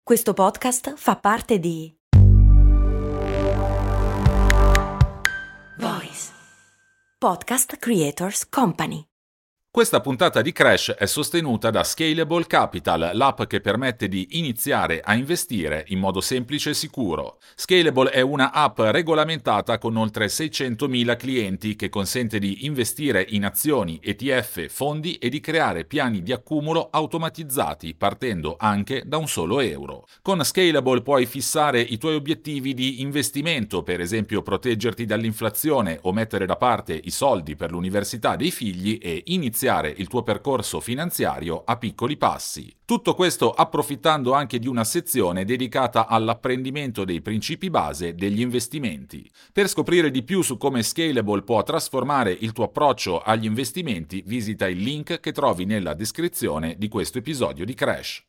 Questo podcast fa parte di Voice Podcast Creators Company. Questa puntata di Crash è sostenuta da Scalable Capital, l'app che permette di iniziare a investire in modo semplice e sicuro. Scalable è una app regolamentata con oltre 600.000 clienti che consente di investire in azioni, ETF, fondi e di creare piani di accumulo automatizzati partendo anche da un solo euro. Con Scalable puoi fissare i tuoi obiettivi di investimento, per esempio proteggerti dall'inflazione o mettere da parte i soldi per l'università dei figli e iniziare il tuo percorso finanziario a piccoli passi. Tutto questo approfittando anche di una sezione dedicata all'apprendimento dei principi base degli investimenti. Per scoprire di più su come Scalable può trasformare il tuo approccio agli investimenti, visita il link che trovi nella descrizione di questo episodio di Crash.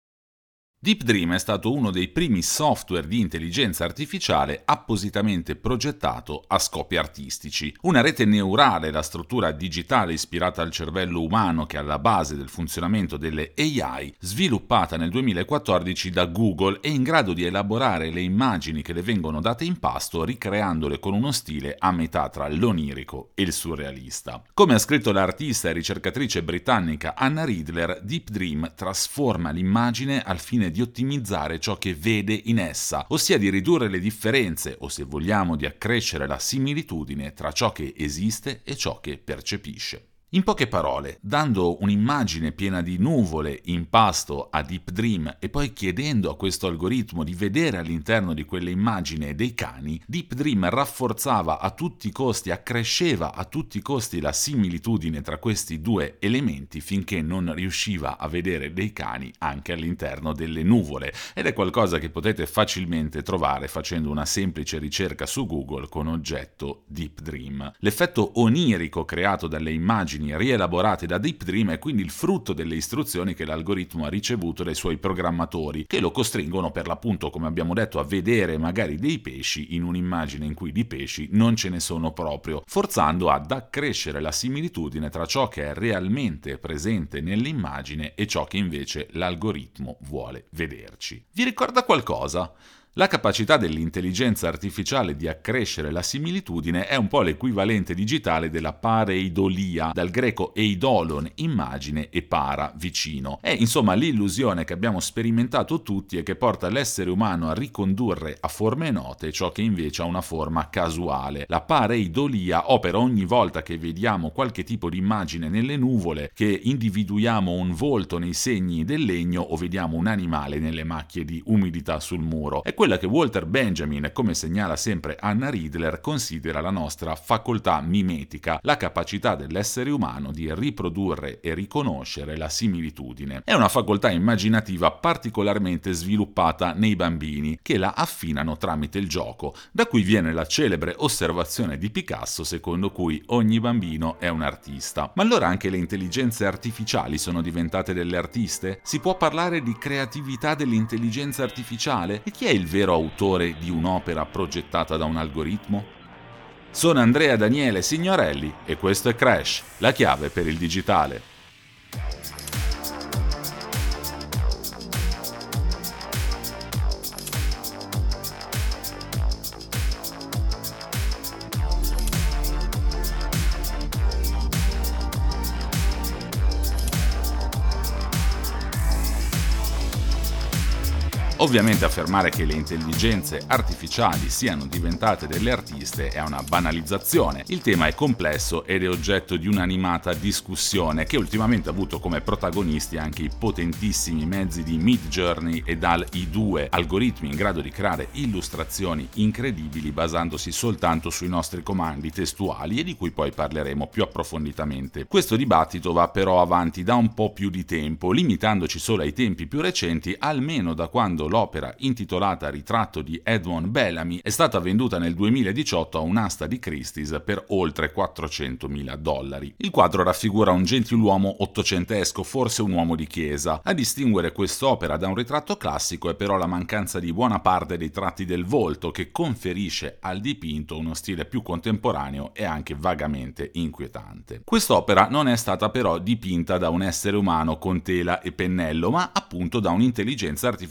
Deep Dream è stato uno dei primi software di intelligenza artificiale appositamente progettato a scopi artistici. Una rete neurale, la struttura digitale ispirata al cervello umano che è alla base del funzionamento delle AI, sviluppata nel 2014 da Google, è in grado di elaborare le immagini che le vengono date in pasto, ricreandole con uno stile a metà tra l'onirico e il surrealista. Come ha scritto l'artista e ricercatrice britannica Anna Riedler, Deep Dream trasforma l'immagine al fine di ottimizzare ciò che vede in essa, ossia di ridurre le differenze o, se vogliamo, di accrescere la similitudine tra ciò che esiste e ciò che percepisce. In poche parole, dando un'immagine piena di nuvole in pasto a Deep Dream e poi chiedendo a questo algoritmo di vedere all'interno di quell'immagine dei cani, Deep Dream rafforzava a tutti i costi, accresceva a tutti i costi la similitudine tra questi due elementi finché non riusciva a vedere dei cani anche all'interno delle nuvole, ed è qualcosa che potete facilmente trovare facendo una semplice ricerca su Google con oggetto Deep Dream. L'effetto onirico creato dalle immagini rielaborate da Deep Dream è quindi il frutto delle istruzioni che l'algoritmo ha ricevuto dai suoi programmatori, che lo costringono per l'appunto, come abbiamo detto, a vedere magari dei pesci in un'immagine in cui di pesci non ce ne sono proprio, forzando ad accrescere la similitudine tra ciò che è realmente presente nell'immagine e ciò che invece l'algoritmo vuole vederci. Vi ricorda qualcosa? La capacità dell'intelligenza artificiale di accrescere la similitudine è un po' l'equivalente digitale della pareidolia, dal greco eidolon, immagine, e para, vicino. È insomma l'illusione che abbiamo sperimentato tutti e che porta l'essere umano a ricondurre a forme note ciò che invece ha una forma casuale. La pareidolia opera ogni volta che vediamo qualche tipo di immagine nelle nuvole, che individuiamo un volto nei segni del legno o vediamo un animale nelle macchie di umidità sul muro. È quella che Walter Benjamin, come segnala sempre Anna Riedler, considera la nostra facoltà mimetica, la capacità dell'essere umano di riprodurre e riconoscere la similitudine. È una facoltà immaginativa particolarmente sviluppata nei bambini, che la affinano tramite il gioco, da cui viene la celebre osservazione di Picasso secondo cui ogni bambino è un artista. Ma allora anche le intelligenze artificiali sono diventate delle artiste? Si può parlare di creatività dell'intelligenza artificiale? E chi è il vero autore di un'opera progettata da un algoritmo? Sono Andrea Daniele Signorelli e questo è Crash, la chiave per il digitale. Ovviamente affermare che le intelligenze artificiali siano diventate delle artiste è una banalizzazione. Il tema è complesso ed è oggetto di un'animata discussione che ultimamente ha avuto come protagonisti anche i potentissimi mezzi di Midjourney e DALL-E 2, algoritmi in grado di creare illustrazioni incredibili basandosi soltanto sui nostri comandi testuali e di cui poi parleremo più approfonditamente. Questo dibattito va però avanti da un po' più di tempo, limitandoci solo ai tempi più recenti, almeno da quando l'opera intitolata Ritratto di Edmond Bellamy è stata venduta nel 2018 a un'asta di Christie's per oltre $400.000. Il quadro raffigura un gentiluomo ottocentesco, forse un uomo di chiesa. A distinguere quest'opera da un ritratto classico è però la mancanza di buona parte dei tratti del volto, che conferisce al dipinto uno stile più contemporaneo e anche vagamente inquietante. Quest'opera non è stata però dipinta da un essere umano con tela e pennello, ma appunto da un'intelligenza artificiale che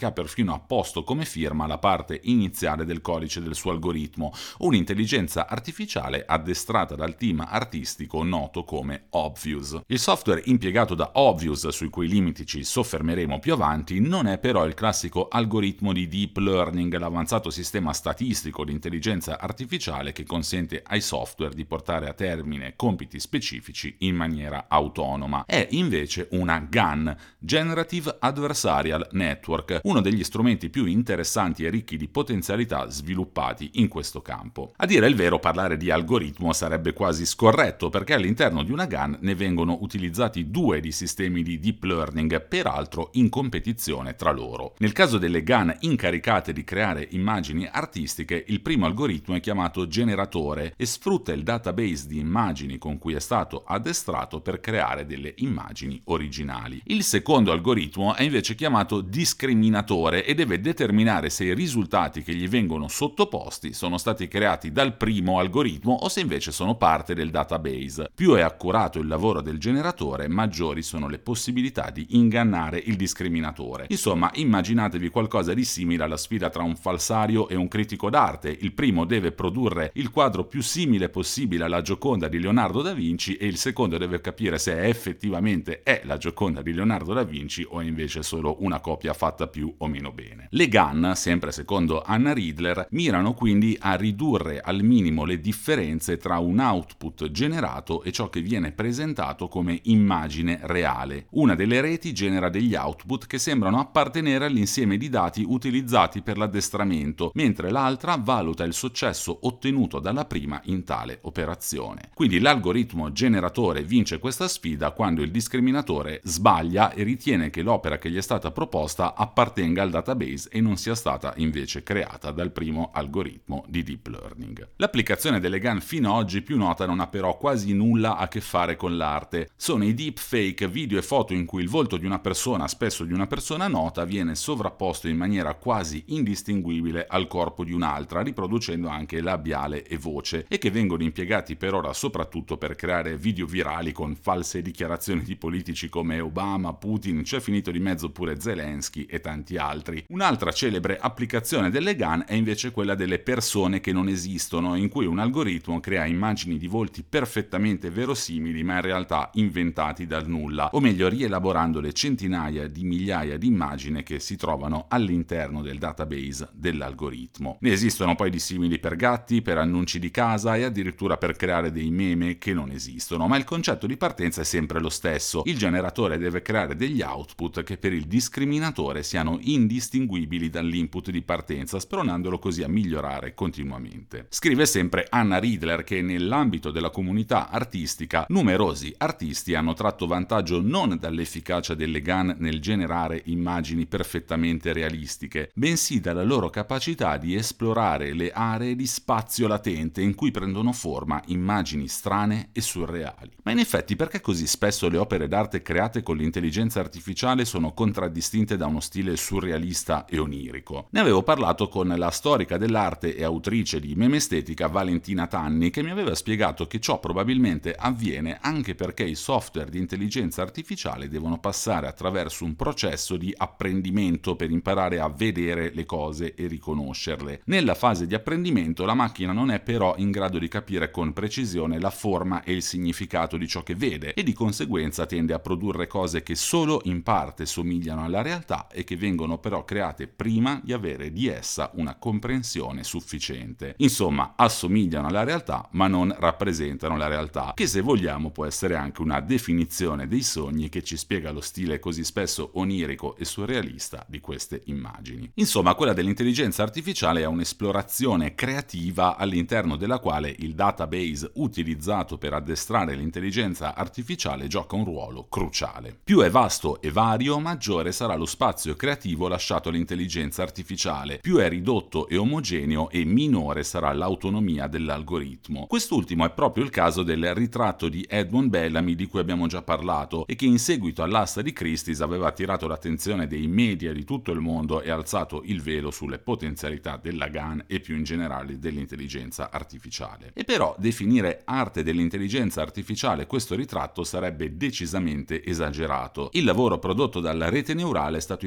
che ha perfino apposto come firma la parte iniziale del codice del suo algoritmo, un'intelligenza artificiale addestrata dal team artistico noto come Obvious. Il software impiegato da Obvious, sui cui limiti ci soffermeremo più avanti, non è però il classico algoritmo di deep learning, l'avanzato sistema statistico di intelligenza artificiale che consente ai software di portare a termine compiti specifici in maniera autonoma. È invece una GAN, Generative Adversarial Network, uno degli strumenti più interessanti e ricchi di potenzialità sviluppati in questo campo. A dire il vero, parlare di algoritmo sarebbe quasi scorretto, perché all'interno di una GAN ne vengono utilizzati due di sistemi di deep learning, peraltro in competizione tra loro. Nel caso delle GAN incaricate di creare immagini artistiche, il primo algoritmo è chiamato generatore e sfrutta il database di immagini con cui è stato addestrato per creare delle immagini originali. Il secondo algoritmo è invece chiamato discriminatore e deve determinare se i risultati che gli vengono sottoposti sono stati creati dal primo algoritmo o se invece sono parte del database. Più è accurato il lavoro del generatore, maggiori sono le possibilità di ingannare il discriminatore. Insomma, immaginatevi qualcosa di simile alla sfida tra un falsario e un critico d'arte. Il primo deve produrre il quadro più simile possibile alla Gioconda di Leonardo da Vinci e il secondo deve capire se effettivamente è la Gioconda di Leonardo da Vinci o è invece solo una copia fatta più o meno bene. Le GAN, sempre secondo Anna Riedler, mirano quindi a ridurre al minimo le differenze tra un output generato e ciò che viene presentato come immagine reale. Una delle reti genera degli output che sembrano appartenere all'insieme di dati utilizzati per l'addestramento, mentre l'altra valuta il successo ottenuto dalla prima in tale operazione. Quindi l'algoritmo generatore vince questa sfida quando il discriminatore sbaglia e ritiene che l'opera che gli è stata proposta appartenga al database e non sia stata invece creata dal primo algoritmo di deep learning. L'applicazione delle GAN fino ad oggi più nota non ha però quasi nulla a che fare con l'arte. Sono i deepfake, video e foto in cui il volto di una persona, spesso di una persona nota, viene sovrapposto in maniera quasi indistinguibile al corpo di un'altra, riproducendo anche labiale e voce, e che vengono impiegati per ora soprattutto per creare video virali con false dichiarazioni di politici come Obama, Putin, c'è finito di mezzo pure Zelensky e tanti altri. Un'altra celebre applicazione delle GAN è invece quella delle persone che non esistono, in cui un algoritmo crea immagini di volti perfettamente verosimili ma in realtà inventati dal nulla, o meglio rielaborando le centinaia di migliaia di immagini che si trovano all'interno del database dell'algoritmo. Ne esistono poi di simili per gatti, per annunci di casa e addirittura per creare dei meme che non esistono, ma il concetto di partenza è sempre lo stesso. Il generatore deve creare degli output che per il discriminatore siano indistinguibili dall'input di partenza, spronandolo così a migliorare continuamente. Scrive sempre Anna Riedler che nell'ambito della comunità artistica numerosi artisti hanno tratto vantaggio non dall'efficacia delle GAN nel generare immagini perfettamente realistiche, bensì dalla loro capacità di esplorare le aree di spazio latente in cui prendono forma immagini strane e surreali. Ma in effetti perché così spesso le opere d'arte create con l'intelligenza artificiale sono contraddistinte da uno stile surrealista e onirico? Ne avevo parlato con la storica dell'arte e autrice di meme estetica Valentina Tanni, che mi aveva spiegato che ciò probabilmente avviene anche perché i software di intelligenza artificiale devono passare attraverso un processo di apprendimento per imparare a vedere le cose e riconoscerle. Nella fase di apprendimento la macchina non è però in grado di capire con precisione la forma e il significato di ciò che vede e di conseguenza tende a produrre cose che solo in parte somigliano alla realtà e che vengono però create prima di avere di essa una comprensione sufficiente. Insomma, assomigliano alla realtà ma non rappresentano la realtà, che se vogliamo può essere anche una definizione dei sogni che ci spiega lo stile così spesso onirico e surrealista di queste immagini. Insomma, quella dell'intelligenza artificiale è un'esplorazione creativa all'interno della quale il database utilizzato per addestrare l'intelligenza artificiale gioca un ruolo cruciale. Più è vasto e vario, maggiore sarà lo spazio creativo lasciato all'intelligenza artificiale, più è ridotto e omogeneo e minore sarà l'autonomia dell'algoritmo. Quest'ultimo è proprio il caso del ritratto di Edmond Bellamy di cui abbiamo già parlato e che in seguito all'asta di Christie's aveva attirato l'attenzione dei media di tutto il mondo e alzato il velo sulle potenzialità della GAN e più in generale dell'intelligenza artificiale. E però definire arte dell'intelligenza artificiale questo ritratto sarebbe decisamente esagerato. Il lavoro prodotto dalla rete neurale è stato infatti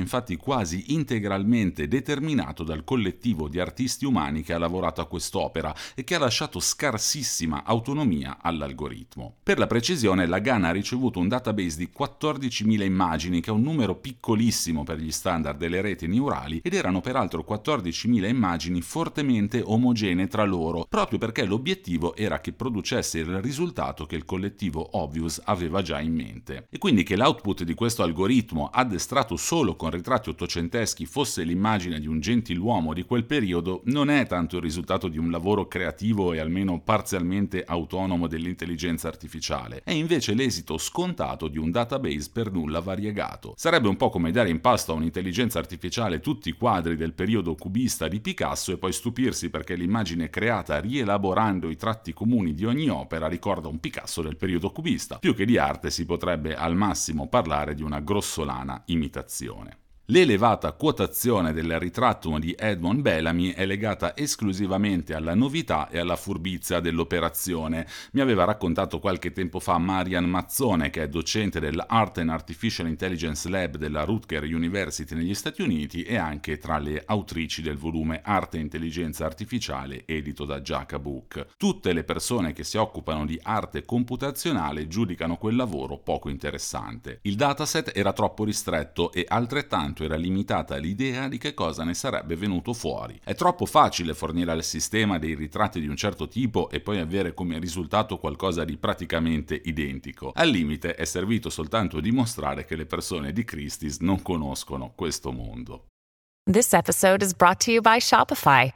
quasi integralmente determinato dal collettivo di artisti umani che ha lavorato a quest'opera e che ha lasciato scarsissima autonomia all'algoritmo. Per la precisione, la GAN ha ricevuto un database di 14.000 immagini, che è un numero piccolissimo per gli standard delle reti neurali, ed erano peraltro 14.000 immagini fortemente omogenee tra loro, proprio perché l'obiettivo era che producesse il risultato che il collettivo Obvious aveva già in mente. E quindi che l'output di questo algoritmo, addestrato solo con ritratti ottocenteschi, fosse l'immagine di un gentiluomo di quel periodo non è tanto il risultato di un lavoro creativo e almeno parzialmente autonomo dell'intelligenza artificiale, è invece l'esito scontato di un database per nulla variegato. Sarebbe un po' come dare in pasto a un'intelligenza artificiale tutti i quadri del periodo cubista di Picasso e poi stupirsi perché l'immagine creata rielaborando i tratti comuni di ogni opera ricorda un Picasso del periodo cubista. Più che di arte si potrebbe al massimo parlare di una grossolana imitazione. L'elevata quotazione del ritratto di Edmond Bellamy è legata esclusivamente alla novità e alla furbizia dell'operazione. Mi aveva raccontato qualche tempo fa Marian Mazzone, che è docente dell'Art and Artificial Intelligence Lab della Rutger University negli Stati Uniti e anche tra le autrici del volume Arte e Intelligenza Artificiale edito da Jaka Book. Tutte le persone che si occupano di arte computazionale giudicano quel lavoro poco interessante. Il dataset era troppo ristretto e altrettanto era limitata l'idea di che cosa ne sarebbe venuto fuori. È troppo facile fornire al sistema dei ritratti di un certo tipo e poi avere come risultato qualcosa di praticamente identico. Al limite è servito soltanto a dimostrare che le persone di Christie's non conoscono questo mondo. This episode is brought to you by Shopify.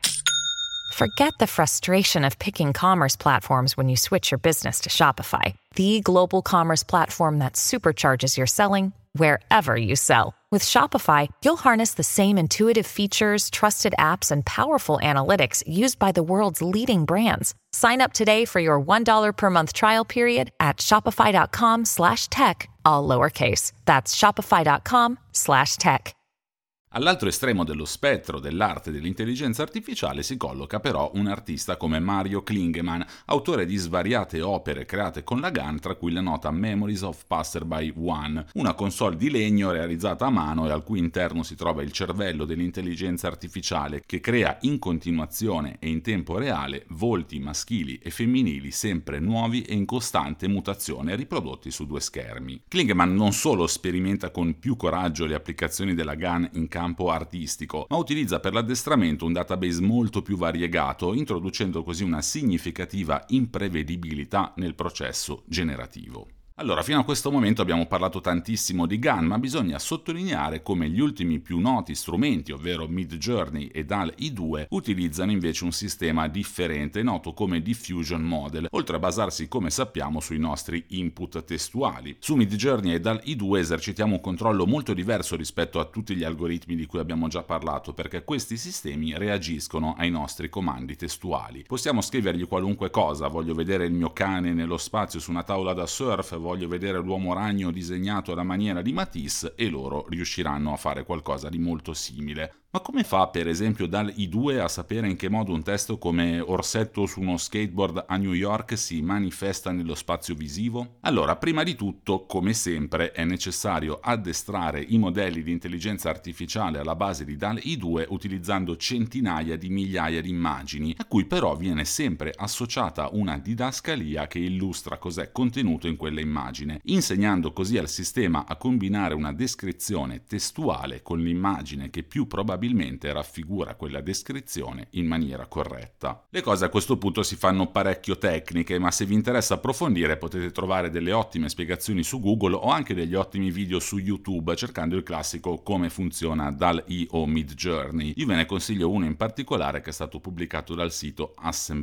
Forget the frustration of picking commerce platforms when you switch your business to Shopify, the global commerce platform that supercharges your selling wherever you sell. With Shopify, you'll harness the same intuitive features, trusted apps, and powerful analytics used by the world's leading brands. Sign up today for your $1 per month trial period at shopify.com/tech, all lowercase. That's shopify.com/tech. All'altro estremo dello spettro dell'arte e dell'intelligenza artificiale si colloca però un artista come Mario Klingemann, autore di svariate opere create con la GAN, tra cui la nota Memories of Passerby 1, una console di legno realizzata a mano e al cui interno si trova il cervello dell'intelligenza artificiale che crea in continuazione e in tempo reale volti maschili e femminili sempre nuovi e in costante mutazione riprodotti su 2 schermi. Klingemann non solo sperimenta con più coraggio le applicazioni della GAN in campo artistico, ma utilizza per l'addestramento un database molto più variegato, introducendo così una significativa imprevedibilità nel processo generativo. Allora, fino a questo momento abbiamo parlato tantissimo di GAN, ma bisogna sottolineare come gli ultimi più noti strumenti, ovvero Midjourney e DALL-E 2, utilizzano invece un sistema differente, noto come Diffusion Model, oltre a basarsi, come sappiamo, sui nostri input testuali. Su Midjourney e DALL-E 2 esercitiamo un controllo molto diverso rispetto a tutti gli algoritmi di cui abbiamo già parlato, perché questi sistemi reagiscono ai nostri comandi testuali. Possiamo scrivergli qualunque cosa: voglio vedere il mio cane nello spazio su una tavola da surf, voglio vedere l'uomo ragno disegnato alla maniera di Matisse, e loro riusciranno a fare qualcosa di molto simile. Ma come fa per esempio DALL-E 2 a sapere in che modo un testo come orsetto su uno skateboard a New York si manifesta nello spazio visivo? Allora, prima di tutto, come sempre, è necessario addestrare i modelli di intelligenza artificiale alla base di DALL-E 2 utilizzando centinaia di migliaia di immagini, a cui però viene sempre associata una didascalia che illustra cos'è contenuto in quella immagine, insegnando così al sistema a combinare una descrizione testuale con l'immagine che più probabilmente raffigura quella descrizione in maniera corretta. Le cose a questo punto si fanno parecchio tecniche, ma se vi interessa approfondire potete trovare delle ottime spiegazioni su Google o anche degli ottimi video su YouTube cercando il classico come funziona DALL-E o Midjourney. Io ve ne consiglio uno in particolare che è stato pubblicato dal sito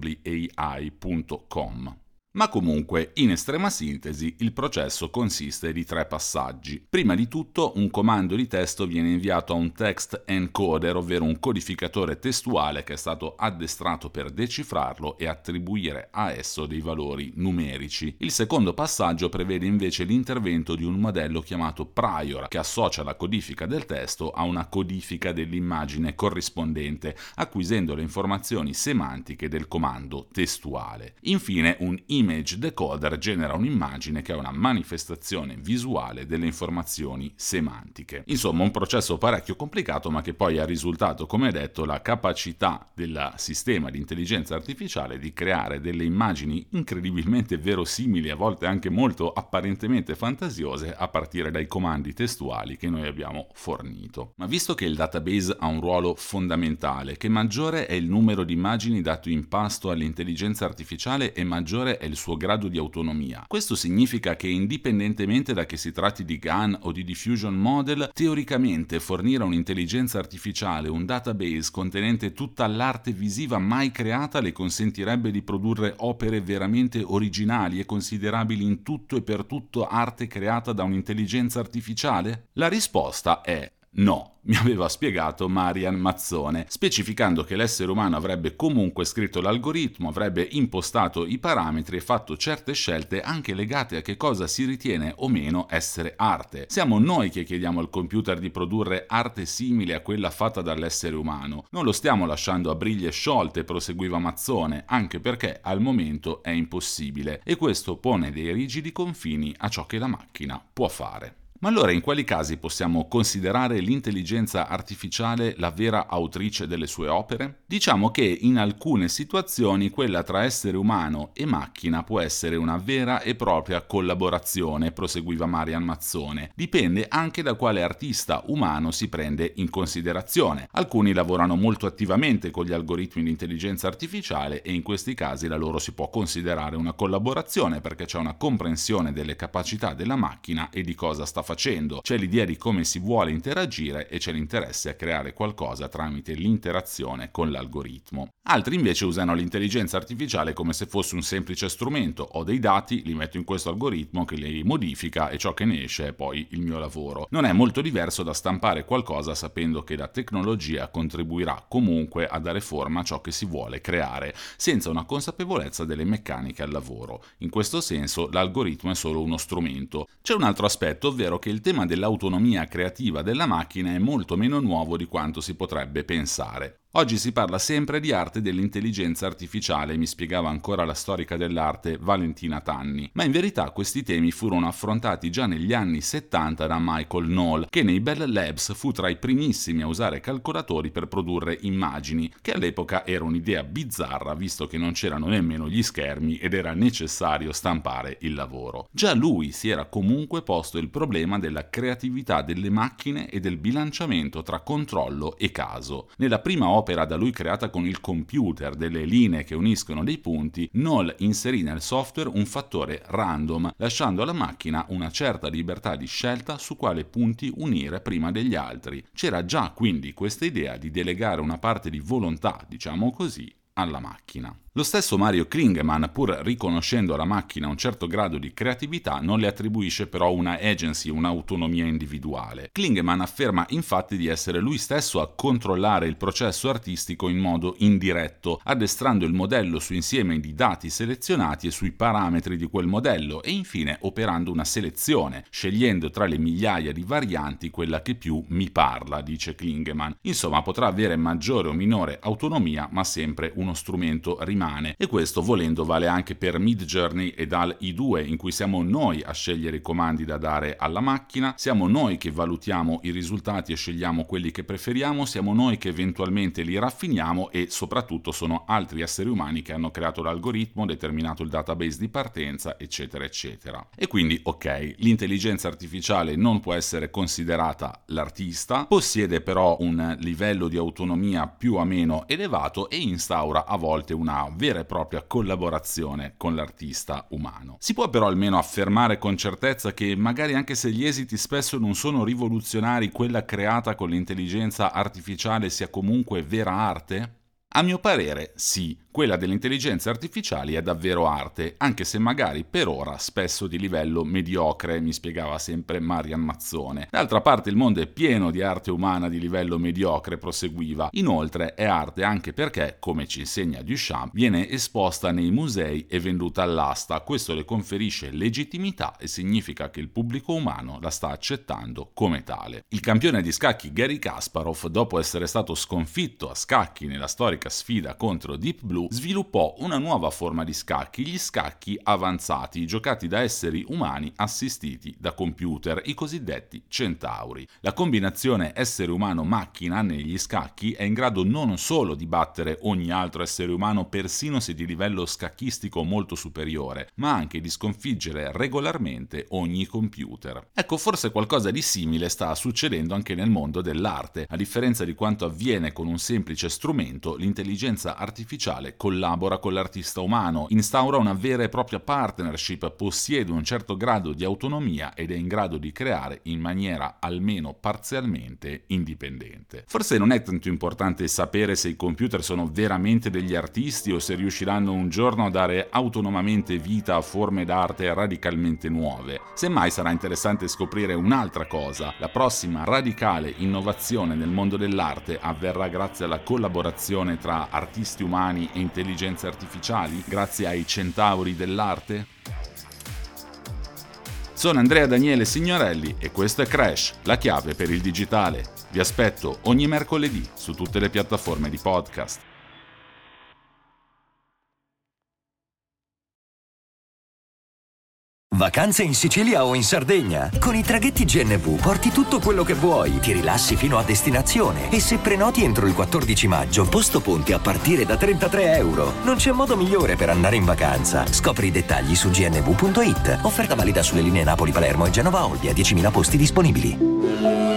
assemblyai.com. Ma comunque, in estrema sintesi, il processo consiste di 3 passaggi. Prima di tutto, un comando di testo viene inviato a un text encoder, ovvero un codificatore testuale che è stato addestrato per decifrarlo e attribuire a esso dei valori numerici. Il secondo passaggio prevede invece l'intervento di un modello chiamato Prior, che associa la codifica del testo a una codifica dell'immagine corrispondente, acquisendo le informazioni semantiche del comando testuale. Infine, un image decoder genera un'immagine che è una manifestazione visuale delle informazioni semantiche. Insomma, un processo parecchio complicato, ma che poi ha risultato, come detto, la capacità del sistema di intelligenza artificiale di creare delle immagini incredibilmente verosimili, a volte anche molto apparentemente fantasiose, a partire dai comandi testuali che noi abbiamo fornito. Ma visto che il database ha un ruolo fondamentale, che maggiore è il numero di immagini dato in pasto all'intelligenza artificiale e maggiore è il suo grado di autonomia. Questo significa che indipendentemente da che si tratti di GAN o di diffusion model, teoricamente fornire a un'intelligenza artificiale un database contenente tutta l'arte visiva mai creata le consentirebbe di produrre opere veramente originali e considerabili in tutto e per tutto arte creata da un'intelligenza artificiale? La risposta è no, mi aveva spiegato Marian Mazzone, specificando che l'essere umano avrebbe comunque scritto l'algoritmo, avrebbe impostato i parametri e fatto certe scelte anche legate a che cosa si ritiene o meno essere arte. Siamo noi che chiediamo al computer di produrre arte simile a quella fatta dall'essere umano. Non lo stiamo lasciando a briglie sciolte, proseguiva Mazzone, anche perché al momento è impossibile e questo pone dei rigidi confini a ciò che la macchina può fare. Ma allora in quali casi possiamo considerare l'intelligenza artificiale la vera autrice delle sue opere? Diciamo che in alcune situazioni quella tra essere umano e macchina può essere una vera e propria collaborazione, proseguiva Marian Mazzone. Dipende anche da quale artista umano si prende in considerazione. Alcuni lavorano molto attivamente con gli algoritmi di intelligenza artificiale e in questi casi la loro si può considerare una collaborazione perché c'è una comprensione delle capacità della macchina e di cosa sta facendo. C'è l'idea di come si vuole interagire e c'è l'interesse a creare qualcosa tramite l'interazione con l'algoritmo. Altri invece usano l'intelligenza artificiale come se fosse un semplice strumento. Ho dei dati, li metto in questo algoritmo che li modifica e ciò che ne esce è poi il mio lavoro. Non è molto diverso da stampare qualcosa sapendo che la tecnologia contribuirà comunque a dare forma a ciò che si vuole creare, senza una consapevolezza delle meccaniche al lavoro. In questo senso l'algoritmo è solo uno strumento. C'è un altro aspetto, ovvero che il tema dell'autonomia creativa della macchina è molto meno nuovo di quanto si potrebbe pensare. Oggi si parla sempre di arte dell'intelligenza artificiale, mi spiegava ancora la storica dell'arte Valentina Tanni, ma in verità questi temi furono affrontati già negli anni 70 da Michael Knoll, che nei Bell Labs fu tra i primissimi a usare calcolatori per produrre immagini, che all'epoca era un'idea bizzarra visto che non c'erano nemmeno gli schermi ed era necessario stampare il lavoro. Già lui si era comunque posto il problema della creatività delle macchine e del bilanciamento tra controllo e caso. Nella prima opera da lui creata con il computer delle linee che uniscono dei punti, Knoll inserì nel software un fattore random, lasciando alla macchina una certa libertà di scelta su quale punti unire prima degli altri. C'era già quindi questa idea di delegare una parte di volontà, diciamo così, alla macchina. Lo stesso Mario Klingemann, pur riconoscendo alla macchina un certo grado di creatività, non le attribuisce però una agency, un'autonomia individuale. Klingemann afferma infatti di essere lui stesso a controllare il processo artistico in modo indiretto, addestrando il modello su insieme di dati selezionati e sui parametri di quel modello e infine operando una selezione, scegliendo tra le migliaia di varianti quella che più mi parla, dice Klingemann. Insomma, potrà avere maggiore o minore autonomia, ma sempre uno strumento rimane. E questo volendo vale anche per Midjourney e DALL-E 2, in cui siamo noi a scegliere i comandi da dare alla macchina, siamo noi che valutiamo i risultati e scegliamo quelli che preferiamo, siamo noi che eventualmente li raffiniamo e soprattutto sono altri esseri umani che hanno creato l'algoritmo, determinato il database di partenza, eccetera eccetera. E quindi ok, l'intelligenza artificiale non può essere considerata l'artista, possiede però un livello di autonomia più o meno elevato e instaura a volte una vera e propria collaborazione con l'artista umano. Si può però almeno affermare con certezza che magari anche se gli esiti spesso non sono rivoluzionari, quella creata con l'intelligenza artificiale sia comunque vera arte? A mio parere sì, quella delle intelligenze artificiali è davvero arte, anche se magari per ora spesso di livello mediocre, mi spiegava sempre Marian Mazzone. D'altra parte il mondo è pieno di arte umana di livello mediocre, proseguiva. Inoltre è arte anche perché, come ci insegna Duchamp, viene esposta nei musei e venduta all'asta. Questo le conferisce legittimità e significa che il pubblico umano la sta accettando come tale. Il campione di scacchi Garry Kasparov, dopo essere stato sconfitto a scacchi nella storica storica sfida contro Deep Blue, sviluppò una nuova forma di scacchi, gli scacchi avanzati, giocati da esseri umani assistiti da computer, i cosiddetti centauri. La combinazione essere umano-macchina negli scacchi è in grado non solo di battere ogni altro essere umano, persino se di livello scacchistico molto superiore, ma anche di sconfiggere regolarmente ogni computer. Ecco, forse qualcosa di simile sta succedendo anche nel mondo dell'arte. A differenza di quanto avviene con un semplice strumento, l'intelligenza artificiale collabora con l'artista umano, instaura una vera e propria partnership, possiede un certo grado di autonomia ed è in grado di creare in maniera almeno parzialmente indipendente. Forse non è tanto importante sapere se i computer sono veramente degli artisti o se riusciranno un giorno a dare autonomamente vita a forme d'arte radicalmente nuove. Semmai sarà interessante scoprire un'altra cosa: la prossima radicale innovazione nel mondo dell'arte avverrà grazie alla collaborazione tra artisti umani e intelligenze artificiali, grazie ai centauri dell'arte? Sono Andrea Daniele Signorelli e questo è Crash, la chiave per il digitale. Vi aspetto ogni mercoledì su tutte le piattaforme di podcast. Vacanze in Sicilia o in Sardegna? Con i traghetti GNV porti tutto quello che vuoi, ti rilassi fino a destinazione e se prenoti entro il 14 maggio, posto ponti a partire da €33. Non c'è modo migliore per andare in vacanza. Scopri i dettagli su gnv.it. Offerta valida sulle linee Napoli-Palermo e Genova-Olbia, 10.000 posti disponibili.